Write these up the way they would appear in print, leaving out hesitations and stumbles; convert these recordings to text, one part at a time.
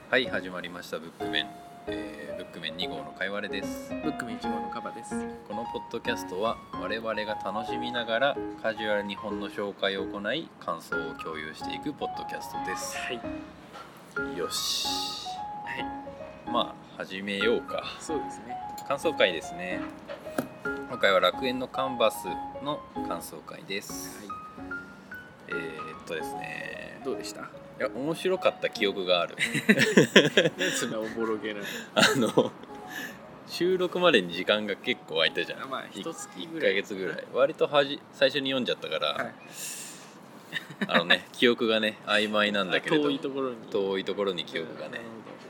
はい、始まりましたブックメン、ブックメン2号のかいわれです。 ブックメン1号のカバです。 このポッドキャストは我々が楽しみながらカジュアルに本の紹介を行い感想を共有していくポッドキャストです。 はい。 よし、 はい。 まあ始めようか。 そうですね。 感想会ですね。今回は楽園のカンバスの感想会です。 はい。 ですね。 どうでした？ いや、面白かった記憶がある。 そんなおぼろげな。 収録までに時間が結構空いたじゃん。 まあ一月ぐ 1 らい。 ヶ月ぐらい。割と最初に読んじゃったから、 はい。 記憶がね曖昧なんだけれども、 遠いところに記憶がね。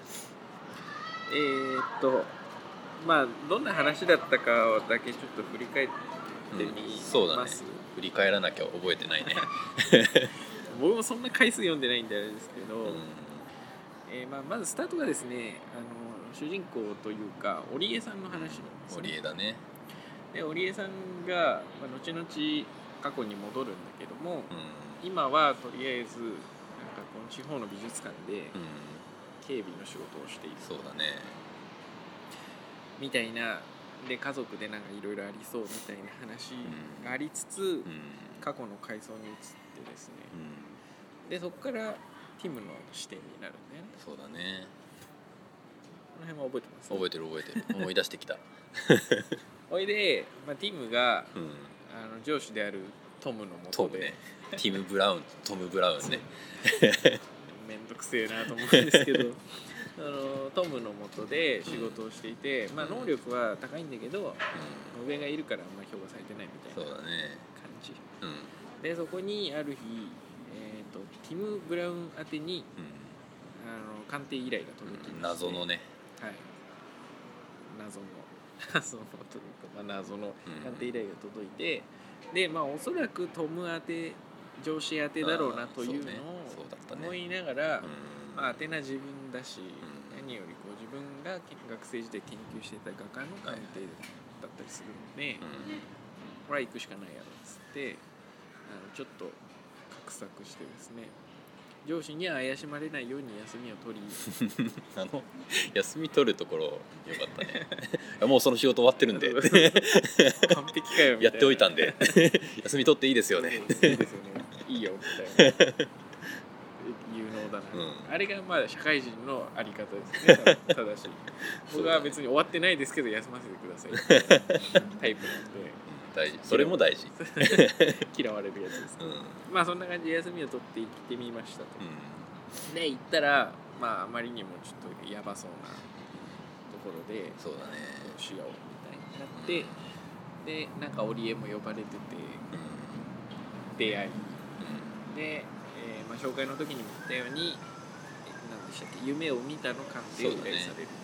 まあどんな話だったかだけちょっと振り返ってみます。 そうだね。振り返らなきゃ覚えてないね。 僕もそんな回数読んでないんであれですけど、まずスタートがですね、主人公というか織江さんの話なんですね。 織江だね。 で織江さんが、後々過去に戻るんだけども、今はとりあえずなんかこの地方の美術館で警備の仕事をしている、 そうだねみたいな。で家族でなんかいろいろありそうみたいな話がありつつ、過去の回想に移ってですね、でそこからティムの視点になるんだよね。 そうだね。 この辺は覚えてます？ 覚えてる思い出してきた。 おいで、ティムが、上司であるトムのもとで、 トムブラウンね。 めんどくせえなと思うんですけどトムのもとで仕事をしていて、能力は高いんだけど、上がいるからあんまり評価されてないみたいな感じ、でそこにある日、ティム・ブラウン宛てに、鑑定依頼が届きまして、 謎のね、 はい、謎のというか、謎の鑑定依頼が届いて、でおそらくトム宛て上司宛てだろうなというのを思いながら、宛名自分だし、何よりこう自分が学生時代研究してた画家の鑑定だったりするので、これは行くしかないやろっつってちょっと画策してですね、上司には怪しまれないように休みを取り休み取るところよかったね。もうその仕事終わってるんで完璧かよみたいな、 やっておいたんで休み取っていいですよね。 いいですよね、いいよみたいな有能だな、あれが社会人のあり方ですね。ただし僕は別に終わってないですけど休ませてくださいみたいなタイプなんで、 大事、それも大事。 嫌われるやつですけど、そんな感じで休みを取って行ってみましたと、で行ったらあまりにもちょっとやばそうなところで、 そうだね、 どうしようみたいになって、でなんか織江も呼ばれてて、出会い、で、紹介の時にも言ったように何でしたっけ、夢を見たの鑑定を依頼される、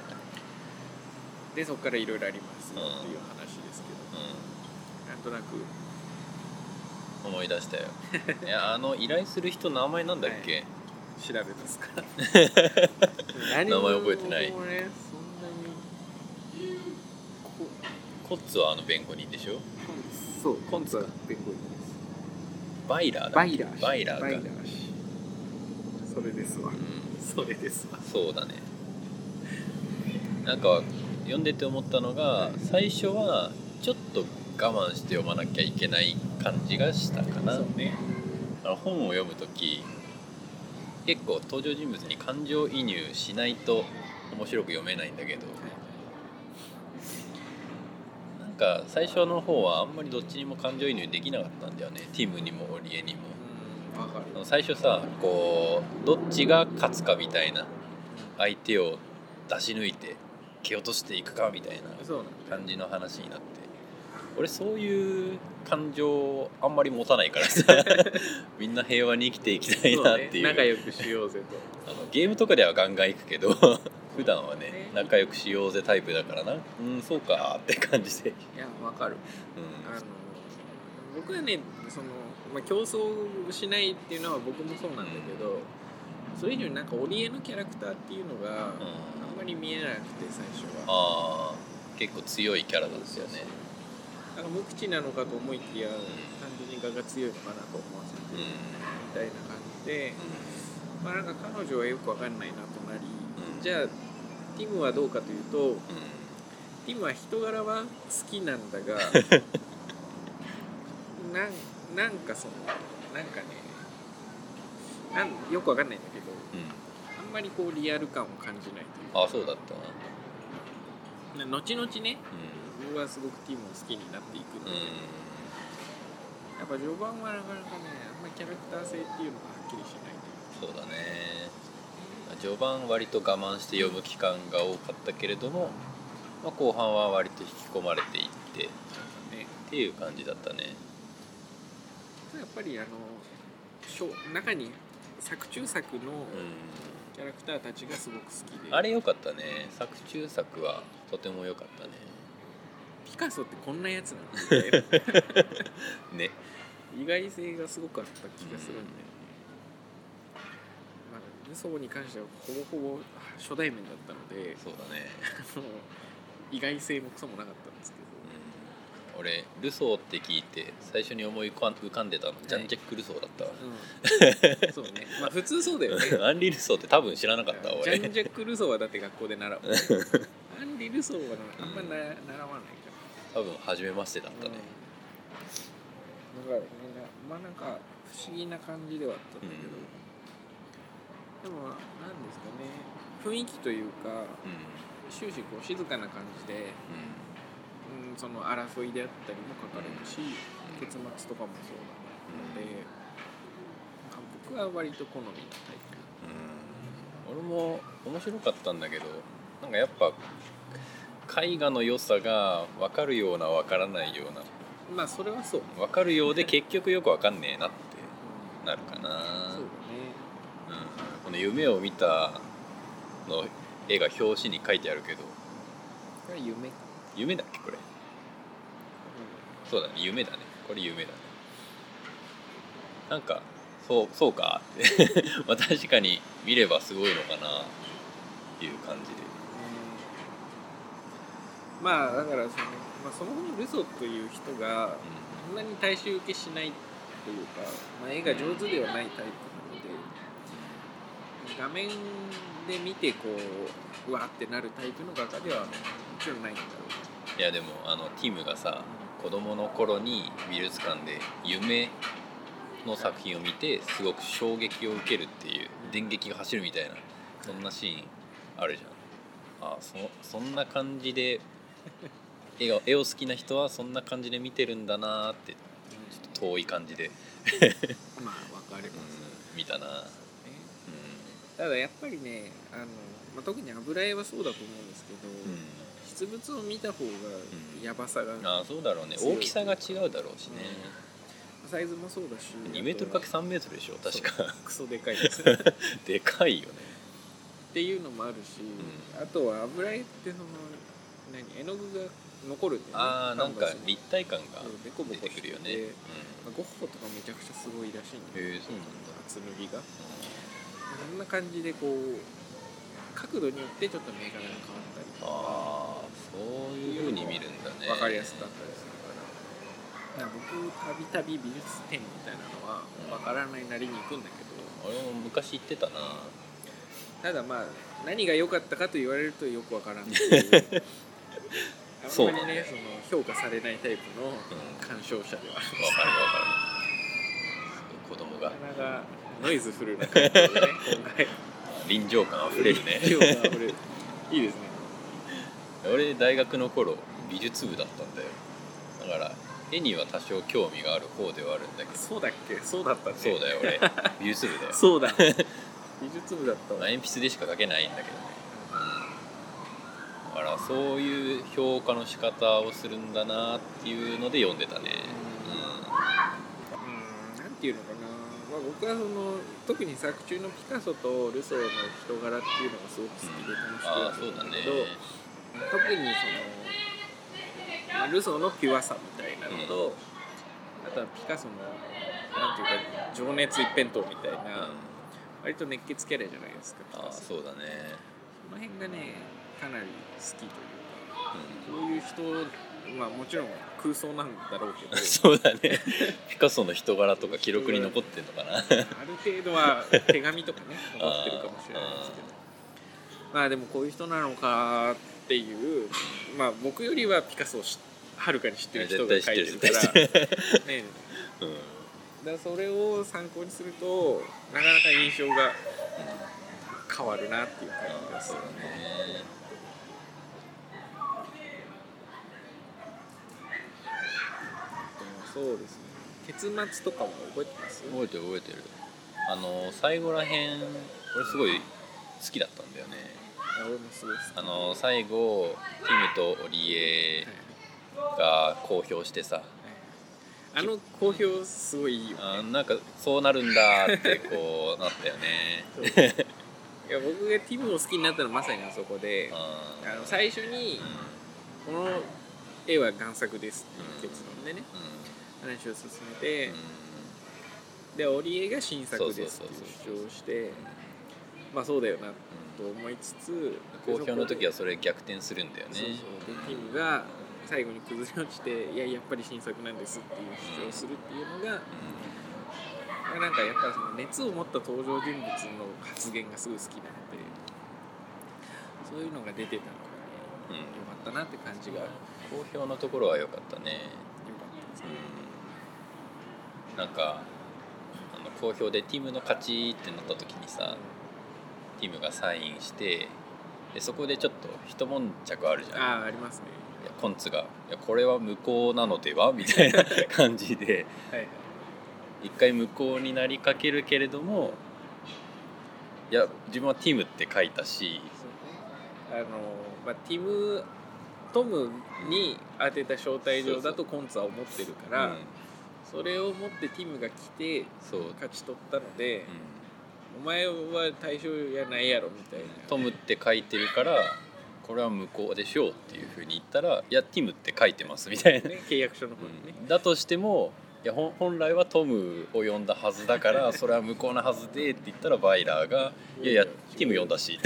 でそこからいろいろありますっていう話ですけど、なんとなく思い出したよ。いや、依頼する人名前なんだっけ、 調べますか名前覚えてない。 そんなにコッツは弁護人でしょ。 そう、コンツは弁護人です。 バイラーか。 それですわ、それですわ。 そうだね。なんか読んでて思ったのが、最初はちょっと我慢して読まなきゃいけない感じがしたかな。 そうね。 本を読むとき結構登場人物に感情移入しないと面白く読めないんだけど、なんか最初の方はあんまりどっちにも感情移入できなかったんだよね。ティムにも織江にも。最初さ、こうどっちが勝つかみたいな、相手を出し抜いて蹴落としていくかみたいな感じの話になって、俺そういう感情あんまり持たないからさみんな平和に生きていきたいなっていう、 仲良くしようぜと。 ゲームとかではガンガン行くけど普段はね、仲良くしようぜタイプだからな。そうかって感じで。 いや、わかる。僕はね、競争しないっていうのは僕もそうなんだけど、それ以上になんか織江のキャラクターっていうのがあんまり見えなくて、最初は。 結構強いキャラなんですよね。 なんか無口なのかと思いきや、単純に画が強いのかなと思わせて、みたいな感じで、 まあなんか彼女はよくわかんないなとなり、じゃあティムはどうかというと、ティムは人柄は好きなんだがなんかそのなんかねよくわかんないんだけど、あんまりこうリアル感を感じないというか。 あ、そうだったな。後々ね、僕はすごくティムを好きになっていくんだけど、やっぱ序盤はなかなかね、あんまりキャラクター性っていうのがはっきりしないというか。 そうだね。序盤割と我慢して読む期間が多かったけれども、まあ、後半は割と引き込まれていって、っていう感じだったね。 やっぱり中に作中作のキャラクターたちがすごく好きで、 あれ良かったね。作中作はとても良かったね。 ピカソってこんなやつなんでね。 意外性がすごくあった気がするんで、まあ、ルソーに関してはほぼほぼ初対面だったので、 そうだね意外性もクソもなかったんですけど、 俺ルソーって聞いて最初に思い浮かんでたの、ジャン・ジャック・ルソーだったわ、 そうね、まあ普通そうだよねアンリ・ルソーって多分知らなかったわ俺。 ジャン・ジャック・ルソーはだって学校で習うアンリ・ルソーはあんま習わないから多分初めましてだったね、 だからまあなんか不思議な感じではあったんだけど、でもなんですかね、雰囲気というか、終始こう静かな感じで、その争いであったりも書かれるし、結末とかもそうなので、僕は割と好みのタイプ。 俺も面白かったんだけど、なんかやっぱ絵画の良さが分かるような分からないような、 まあそれはそう分かるようで結局よく分かんねえなってなるかな。そうだね、この夢を見たの絵が表紙に書いてあるけど、 これ夢だっけこれ、そうだね、夢だね、これ夢だね。なんかそうかってまあ確かに見ればすごいのかなっていう感じで、 まあだからそもそもルソーという人がそんなに大衆受けしないというか、まあ、絵が上手ではないタイプなので、画面で見てこうわーってなるタイプの画家ではもちろんないんだろう。 いやでもティムがさ、子供の頃に美術館で夢の作品を見てすごく衝撃を受けるっていう、電撃が走るみたいな、そんなシーンあるじゃん。そんな感じで絵を好きな人はそんな感じで見てるんだなって、ちょっと遠い感じでまあ分かります、 見たな、 ただやっぱりねまあ、特に油絵はそうだと思うんですけど、実物を見た方がヤバさが、 そうだろうね、大きさが違うだろうしね、 サイズもそうだし、 2メートル ×3 メートルでしょ確か。 クソでかいですでかいよねっていうのもあるし、あとは油絵って絵の具が残るんだよね。 なんか立体感が出てくるよね。 ゴッホとかめちゃくちゃすごいらしいんだよ。 そうなんだ。 厚塗りがそんな感じでこう角度によってちょっと銘柄が変わったりとか、 そういう風に見るんだね。 分かりやすかったりするから、僕たびたび美術展みたいなのは分からないなりに行くんだけど、 俺も昔行ってたな。 ただまあ何が良かったかと言われるとよく分からんっていうあんまりね、評価されないタイプの鑑賞者ではあるんです。 分かる子供がなかなかノイズフルな感じでね今回臨場感あふれるね。 臨場感あふれるいいですね。 俺大学の頃美術部だったんだよ。だから絵には多少興味がある方ではあるんだけど。 そうだっけ。そうだったね。 そうだよ俺美術部だよ。 そうだ美術部だったわ。 鉛筆でしか描けないんだけどね、だからそういう評価の仕方をするんだなっていうので読んでたね。 なんていうのかな、まあ、僕は特に作中のピカソとルソーの人柄っていうのがすごく好きで楽しく読んだんだけど、特にルソーのピュアさみたいなのと、あとはピカソのなんていうか情熱一辺倒みたいな、割と熱血キャラじゃないですか。 そうだね。 その辺がねかなり好きというか、 こういう人、まあもちろん空想なんだろうけどそうだねピカソの人柄とか記録に残ってんのかなある程度は手紙とかね残ってるかもしれないですけど、まあでもこういう人なのかっていう、まあ僕よりはピカソをはるかに知ってる人が書いてるからね、だからそれを参考にするとなかなか印象が変わるなっていう感じがするね。そうですね。結末とかも覚えてます？ 覚えてる最後らへん俺すごい好きだったんだよね。 俺もすごい好き。 最後ティムとオリエが公表してさ、 公表すごいいいよね。 なんかそうなるんだってこうなったよねいや僕がティムを好きになったのはまさにあそこで、最初にこの絵は贋作ですっていう結論でね、話を進めて、でオリエが新作ですっていう主張をして、まあそうだよなと思いつつ、 公表の時はそれ逆転するんだよね。 でティムが最後に崩れ落ちて、やっぱり新作なんですっていう主張をするっていうのが、なんかやっぱりその熱を持った登場人物の発言がすごい好きなので、そういうのが出てたのがね、良かったなって感じが。 公表のところは良かったね。 良かったですね。 なんか公表でティムの勝ちってなった時にさ、ティムがサインしてでそこでちょっと一悶着あるじゃん。 ありますね。 コンツがこれは無効なのではみたいな感じで一回無効になりかけるけれども、いや自分はティムって書いたし、 トムに当てた招待状だとコンツは思ってるから、それを持ってティムが来て勝ち取ったので、お前は対象やないやろみたいな、 トムって書いてるからこれは無効でしょうっていう風に言ったら、いやティムって書いてますみたいな、 契約書の方にね、 だとしてもいや本来はトムを呼んだはずだからそれは無効なはずでって言ったらバイラーがいやティム呼んだし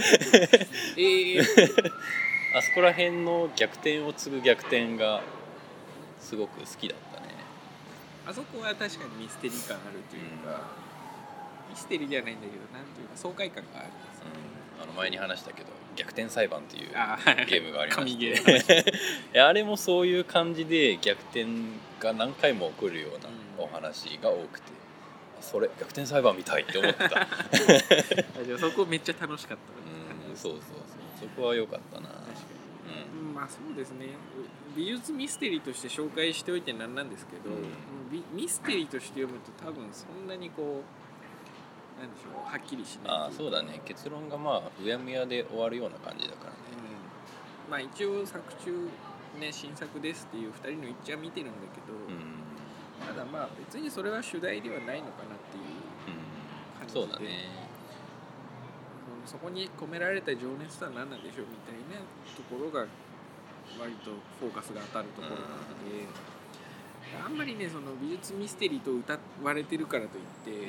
あそこら辺の逆転を継ぐ逆転がすごく好きだったね。 あそこは確かにミステリー感あるというか、ミステリーじゃないんだけどなんていうか爽快感があるんですよね。 前に話したけど逆転裁判っていうゲームがありましてあれもそういう感じで逆転が何回も起こるようなお話が多くて、それ逆転裁判みたいって思ってたそこめっちゃ楽しかった、 そうそこは良かったな。確かに、まあそうですね、美術ミステリーとして紹介しておいてなんなんですけど、ミステリーとして読むと多分そんなにこうなんでしょう、はっきりしない。 そうだね、結論がまあうやむやで終わるような感じだからね。 まあ一応作中ね新作ですっていう2人の一致は見てるんだけど、ただまあ別にそれは主題ではないのかなっていう感じで、 そうだね、 そこに込められた情熱とは何なんでしょうみたいなところが割とフォーカスが当たるところなので、あんまりねその美術ミステリーと歌われてるからといって、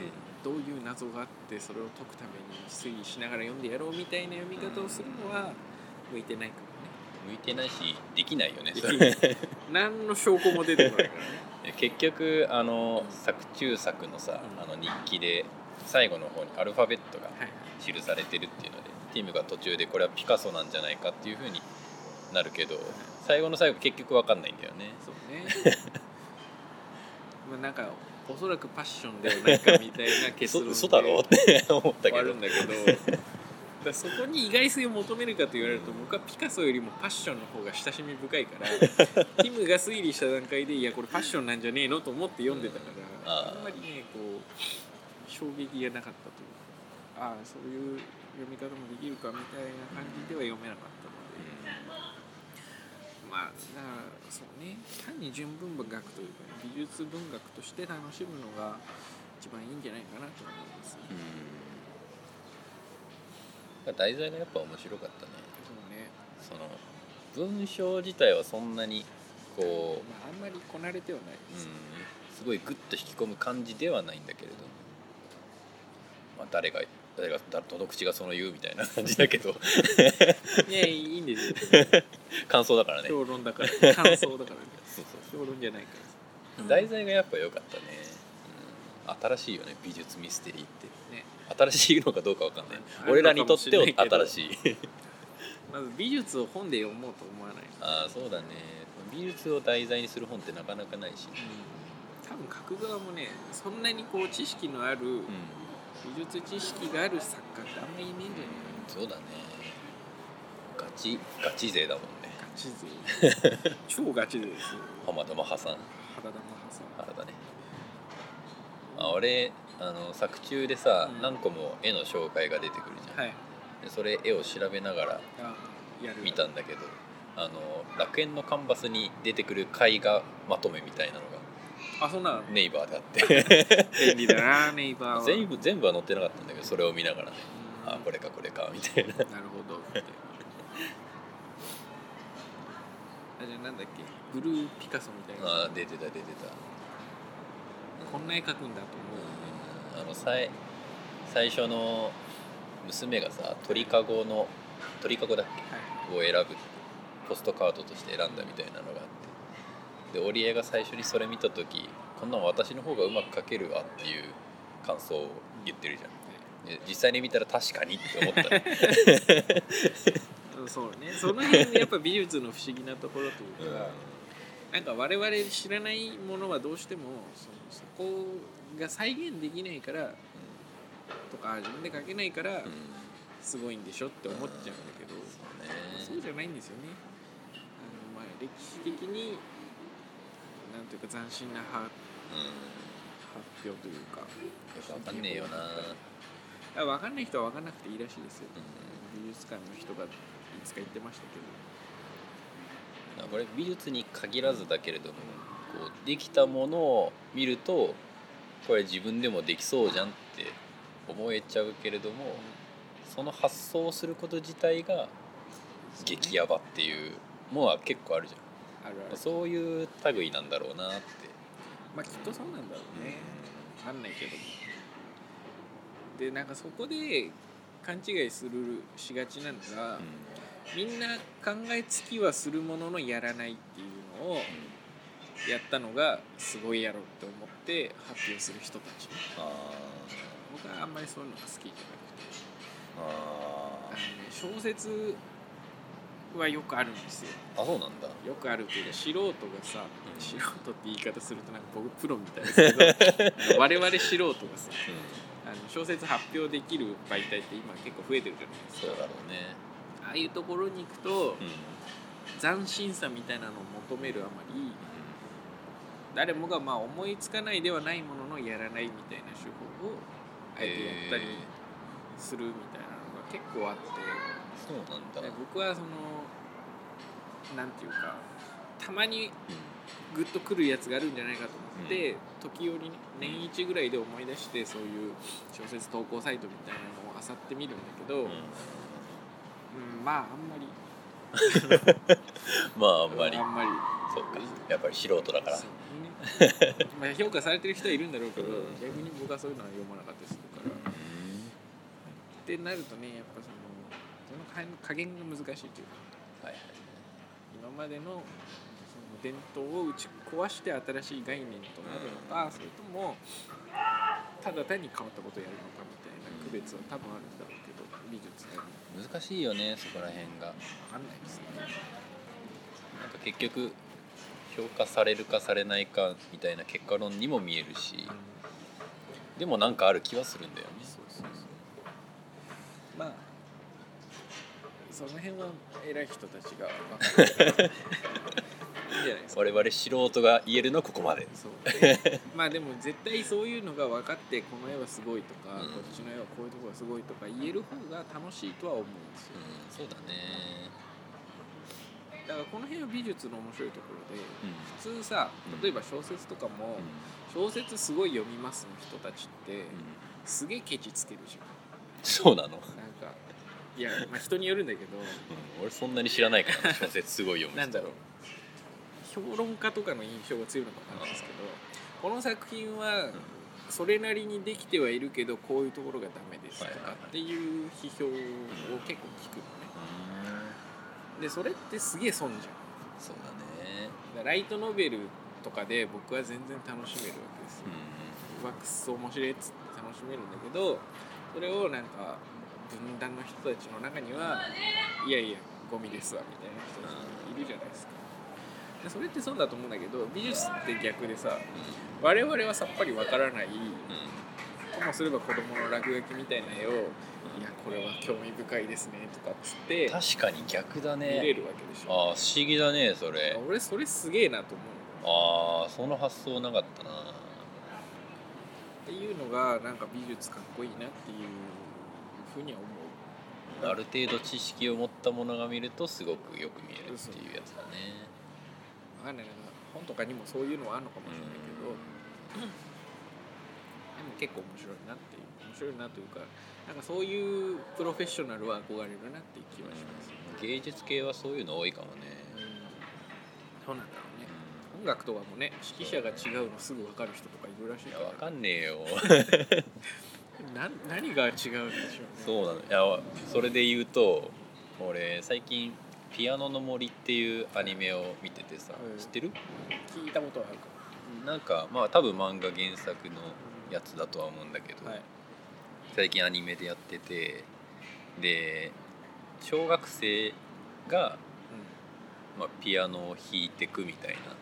どういう謎があってそれを解くために推理しながら読んでやろうみたいな読み方をするのは向いてないかもね。 向いてないしできないよねそれ何の証拠も出てこないからね結局作中作のさ、日記で最後の方にアルファベットが記されてるっていうので、ティムが途中でこれはピカソなんじゃないかっていう風になるけど、最後の最後結局分かんないんだよね。 そうねまあなんかおそらくパッションではないかみたいな結論で嘘だろって思ったけど、終わるんだけどだそこに意外性を求めるかと言われると、僕はピカソよりもパッションの方が親しみ深いからティムが推理した段階でいやこれパッションなんじゃねえのと思って読んでたから、あんまりねこう衝撃がなかったというか、そういう読み方もできるかみたいな感じでは読めなかったので、まあだからそうね、単に純文学というか、美術文学として楽しむのが一番いいんじゃないかなと思いますね。 題材がやっぱ面白かったね。 そうね。 その文章自体はそんなにこう、 あんまりこなれてはないです、 すごいグッと引き込む感じではないんだけれど、誰がどの口がその言うみたいな感じだけどいやいいんですよ感想だからね。 評論だから感想だからね評論じゃないから、 題材がやっぱ良かったね、新しいよね美術ミステリーってね。 新しいのかどうかわかんない。俺らにとっては新しいまず美術を本で読もうと思わない。 ああそうだね。美術を題材にする本ってなかなかないし、 多分書く側もねそんなにこう知識のある、美術知識がある作家ってあんまりいねえんじゃないかな。 そうだね。ガチ勢だもんね。 ガチ勢超ガチ勢ですよ。 浜田マハさん。 原田マハさん。 原田ね。俺作中でさ、何個も絵の紹介が出てくるじゃん、でそれ絵を調べながら見たんだけど、楽園のカンバスに出てくる絵画まとめみたいなのがそんなネイバーであって便利だなネイバーは。 全部は載ってなかったんだけど、それを見ながらね、これかみたいな。なるほどじゃあなんだっけブルーピカソみたいな。 出てたこんな絵描くんだと思う。 最初の娘がさ鳥かごだっけ、を選ぶポストカードとして選んだみたいなのがあって、で織江が最初にそれ見た時、こんなの私の方がうまく描けるわっていう感想を言ってるじゃん、で実際に見たら確かにって思ったそうね、その辺やっぱ美術の不思議なところというか、なんか我々知らないものはどうしてもそこが再現できないから、とか自分で描けないからすごいんでしょって思っちゃうんだけど、そうじゃないんですよね。歴史的になんというか斬新な発表というか、 分かんねえよな。 分かんない人は分かんなくていいらしいですよ、美術館の人がいつか言ってましたけど。 これ美術に限らずだけれども、こうできたものを見るとこれ自分でもできそうじゃんって思えちゃうけれども、その発想をすること自体が激ヤバっていうのは結構あるじゃん。あるそういう類なんだろうなって。 きっとそうなんだろうね、分かんないけども。でなんかそこで勘違いしがちなのが、みんな考えつきはするもののやらないっていうのをやったのがすごいやろって思って発表する人たち。僕はあんまりそういうのが好きじゃなくて、小説はよくあるんですよ。 そうなんだ。 よくあるというか、素人がさ、素人って言い方するとなんか僕プロみたいですけど我々素人がさ、小説発表できる媒体って今結構増えてるじゃないですか。 そうだろうね。 ああいうところに行くと、斬新さみたいなのを求めるあまり、誰もが思いつかないではないもののやらないみたいな手法をあえてやったりするみたいなのが結構あって、 そうなんだ。 僕はなんていうか、たまにグッとくるやつがあるんじゃないかと思って、時折ね、年一ぐらいで思い出してそういう小説投稿サイトみたいなのを漁ってみるんだけど、あんまりあんまりそうか、やっぱり素人だから評価されてる人はいるんだろうけど、逆に僕はそういうのは読まなかったりするから、ってなるとね、やっぱその加減が難しいというか、今までの伝統を打ち壊して新しい概念となるのか、それともただ単に変わったことをやるのかみたいな区別は多分あるんだろうけど、美術でも難しいよね、そこら辺が。 分かんないですね。 なんか結局評価されるかされないかみたいな結果論にも見えるし、でもなんかある気はするんだよね。 その辺は偉い人たちが分かってるいいんじゃないですか。 我々素人が言えるのはここまで。 そうでも絶対そういうのが分かって、この絵はすごいとか、こっちの絵はこういうところがすごいとか言える方が楽しいとは思うんですよ。 そうだね。 だからこの辺は美術の面白いところで、普通さ、例えば小説とかも、小説すごい読みますの人たちって、すげえケチつけるじゃん。 そうなの？なんかいや、人によるんだけど、 俺そんなに知らないから小説すごい読む人。 なんだろう、評論家とかの印象が強いのか分かんないですけど、この作品はそれなりにできてはいるけどこういうところがダメですとかっていう批評を結構聞くのね。 でそれってすげえ損じゃん。 そうだね。 ライトノベルとかで僕は全然楽しめるわけですよ、ワックス面白いっつって楽しめるんだけど、それをなんか分断の人たちの中にはいやいやゴミですわみたいな人たちいるじゃないですか。でそれって損だと思うんだけど、美術って逆でさ、我々はさっぱりわからない、ともすれば子供の落書きみたいな絵を、いやこれは興味深いですねとかっつって確かに逆だね。 見れるわけでしょ。 ああ不思議だねそれ。 俺それすげえなと思う。 ああその発想なかったな。 っていうのがなんか美術かっこいいなっていうふうには思う。 ある程度知識を持ったものが見るとすごくよく見えるっていうやつだね。 わかんないな、本とかにもそういうのはあるのかもしれないけど、でも結構面白いなっていう、面白いなというか、なんかそういうプロフェッショナルは憧れるなっていう気はします。 芸術系はそういうの多いかもね。 そうなんだろうね。音楽とかもね、指揮者が違うのすぐ分かる人とかいるらしいから。 いや分かんねえよ何が違うんでしょうね。 そうなの。いやそれで言うと俺最近ピアノの森っていうアニメを見ててさ、知ってる？ 聞いたことはあるかも。なんかまあ多分漫画原作のやつだとは思うんだけど、最近アニメでやってて、で小学生が、まあ、ピアノを弾いてくみたいな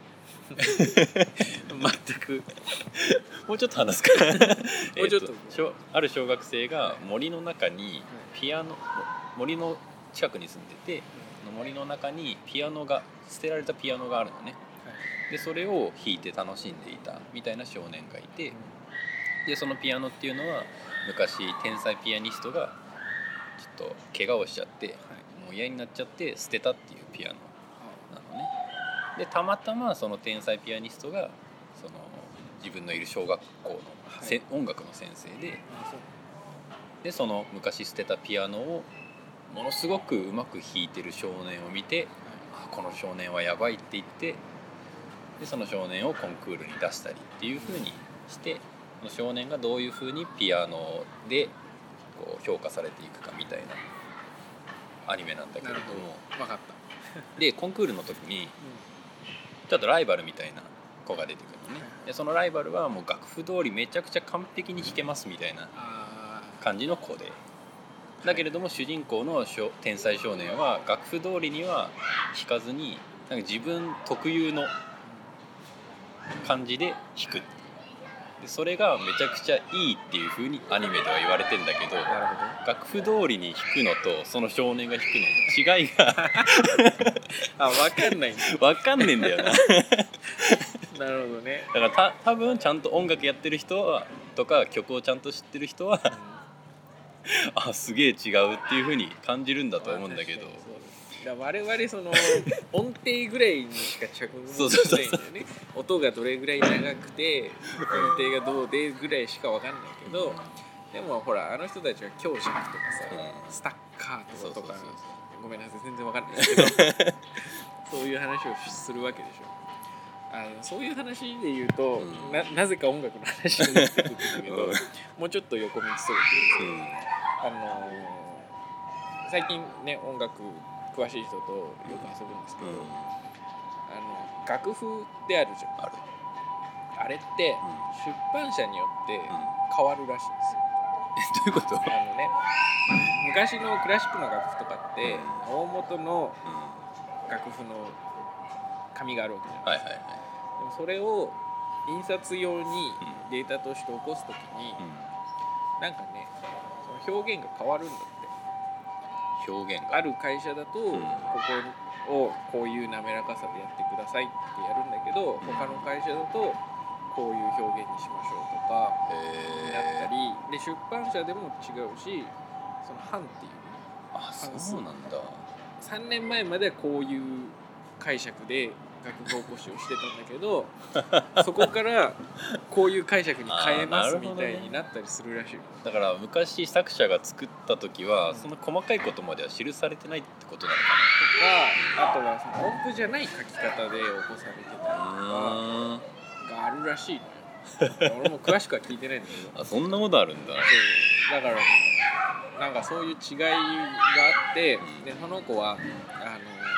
全くもうちょっと話すかもうちょっとある小学生が森の中に森の近くに住んでて、森の中に捨てられたピアノがあるのね。でそれを弾いて楽しんでいたみたいな少年がいて、でそのピアノっていうのは昔天才ピアニストがちょっと怪我をしちゃって、もう嫌になっちゃって捨てたっていうピアノなのね。でたまたまその天才ピアニストがその自分のいる小学校の、音楽の先生で、その昔捨てたピアノをものすごくうまく弾いてる少年を見て、この少年はやばいって言って、でその少年をコンクールに出したりっていう風にして、その少年がどういう風にピアノでこう評価されていくかみたいなアニメなんだけれども、 分かったでコンクールの時にちょっとライバルみたいな子が出てくるのね。でそのライバルはもう楽譜通りめちゃくちゃ完璧に弾けますみたいな感じの子で、だけれども主人公の天才少年は楽譜通りには弾かずに、なんか自分特有の感じで弾く。でそれがめちゃくちゃいいっていう風にアニメでは言われてんだけど、楽譜通りに弾くのとその少年が弾くのの違いが分かんないんだ。 分かんねえんだよななるほどね。 だから多分ちゃんと音楽やってる人はとか曲をちゃんと知ってる人はあすげえ違うっていう風に感じるんだと思うんだけど、 我々その音程ぐらいにしか着目してないんだよね。音がどれぐらい長くて音程がどうでぐらいしか分かんないけど、でもほらあの人たちは強弱とかさ、スタッカートとか、ごめんなさい全然分かんないけどそういう話をするわけでしょ。そういう話で言うと、なぜか音楽の話になってくるんだけどもうちょっと横道それてるんですけど、最近ね音楽詳しい人とよく遊ぶんですけど、楽譜ってあるじゃん。あれって、出版社によって変わるらしいんですよ。 どういうこと？ 昔のクラシックの楽譜とかって、大元の楽譜の紙があるわけじゃないですか。でもそれを印刷用にデータとして起こすときに、なんかねその表現が変わるんだって。 表現がある会社だと、ここをこういう滑らかさでやってくださいってやるんだけど、他の会社だとこういう表現にしましょうとかになったりで、出版社でも違うし、その版っていう、 そうなんだ。 3年前まではこういう解釈で楽譜起こしをしてたんだけどそこからこういう解釈に変えますみたいになったりするらしい。 だから昔作者が作った時は、その細かいことまでは記されてないってことなのかなとか、あとはその音符じゃない書き方で起こされてたりとかがあるらしいのよ俺も詳しくは聞いてないんだけどそんなことあるんだ。 だからなんかそういう違いがあって、でその子は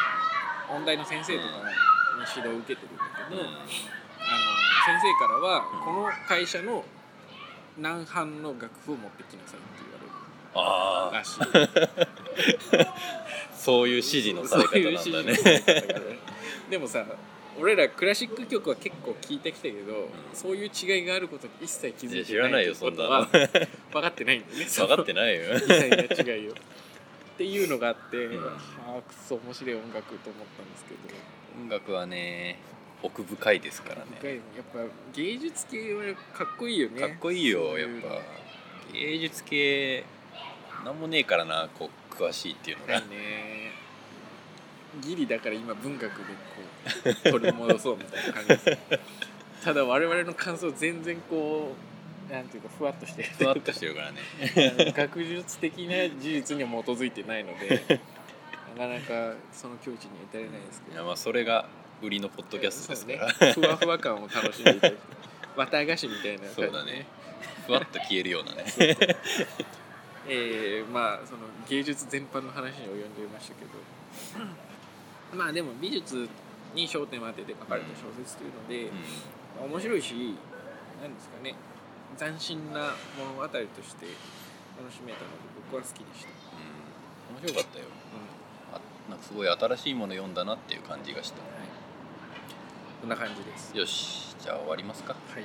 音大の先生とかに指導を受けてるんだけど、先生からはこの会社の何班の楽譜を持ってきなさいって言われるらしい。 そういう指示のされ方なんだね。 でもさ、俺らクラシック曲は結構聴いてきたけど、そういう違いがあることに一切気づいてないってことは分かってないんだよね。 分かってないよ。 みたいな違いよっていうのがあって、くそ面白い音楽と思ったんですけど、 音楽はね奥深いですからね。 やっぱ芸術系はかっこいいよね。 かっこいいよ。やっぱ芸術系なんもねえからな、こう詳しいっていうのが、 ね、ギリだから今文学でこう取り戻そうみたいな感じですただ我々の感想全然こうなんていうかふわっとしてるふわっとしてるからね学術的な事実には基づいてないのでなかなかその境地には至れないですけど、 いや、まあそれが売りのポッドキャストですから、 ね、ふわふわ感を楽しんでいただき綿菓子みたいな感じで、 そうだね、ふわっと消えるようなねまあその芸術全般の話に及んでいましたけどまあでも美術に焦点を当てて書かれた小説というので、面白いし、何ですかね、斬新な物語として楽しめたので僕は好きでした。 面白かったよ、なんかすごい新しいもの読んだなっていう感じがした、 こんな感じです。 よし、じゃあ終わりますか。 はい。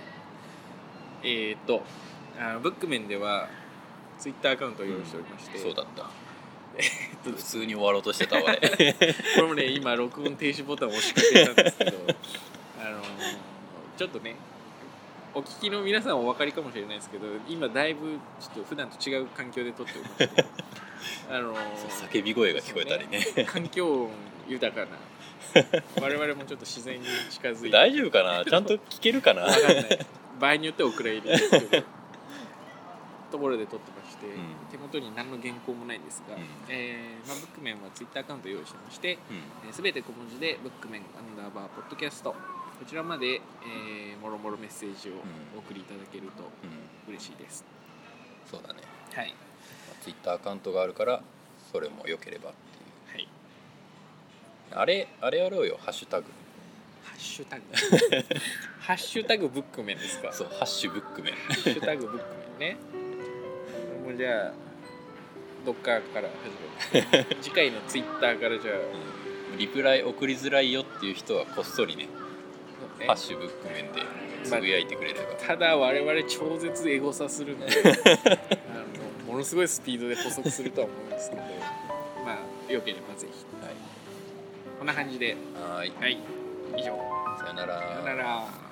ブックメンではツイッターアカウントを用意しておりまして、 そうだった普通に終わろうとしてたわねこれもね今録音停止ボタンを押しかけたんですけどちょっとねお聞きの皆さんはお分かりかもしれないですけど、今だいぶちょっと普段と違う環境で撮っておりまして叫び声が聞こえたりね環境音豊かな我々もちょっと自然に近づいて大丈夫かな、ちゃんと聞けるかな分かんない場合によってはお蔵入りですけどところで撮ってまして、手元に何の原稿もないんですが、ブックメンはツイッターアカウントを用意してまして、すべて小文字でブックメンアンダーバーポッドキャスト、こちらまで、もろもろメッセージをお送りいただけると嬉しいです。 そうだね、 はい、 ツイッターアカウントがあるからそれも良ければっていう、 はい、 あれやろうよ、ハッシュタグハッシュタグハッシュタグブックメンですか。 そう、ハッシュブックメンハッシュタグブックメンね。もうじゃあどっかから始める次回のツイッターからじゃあ、 リプライ送りづらいよっていう人はこっそりね、ハッシュブックメンでつぶやいてくれれば、 ただ我々超絶エゴサするんでものすごいスピードで補足するとは思うんですけどまあよければぜひ、こんな感じで、 はい、 以上、 さよなら。 さよなら。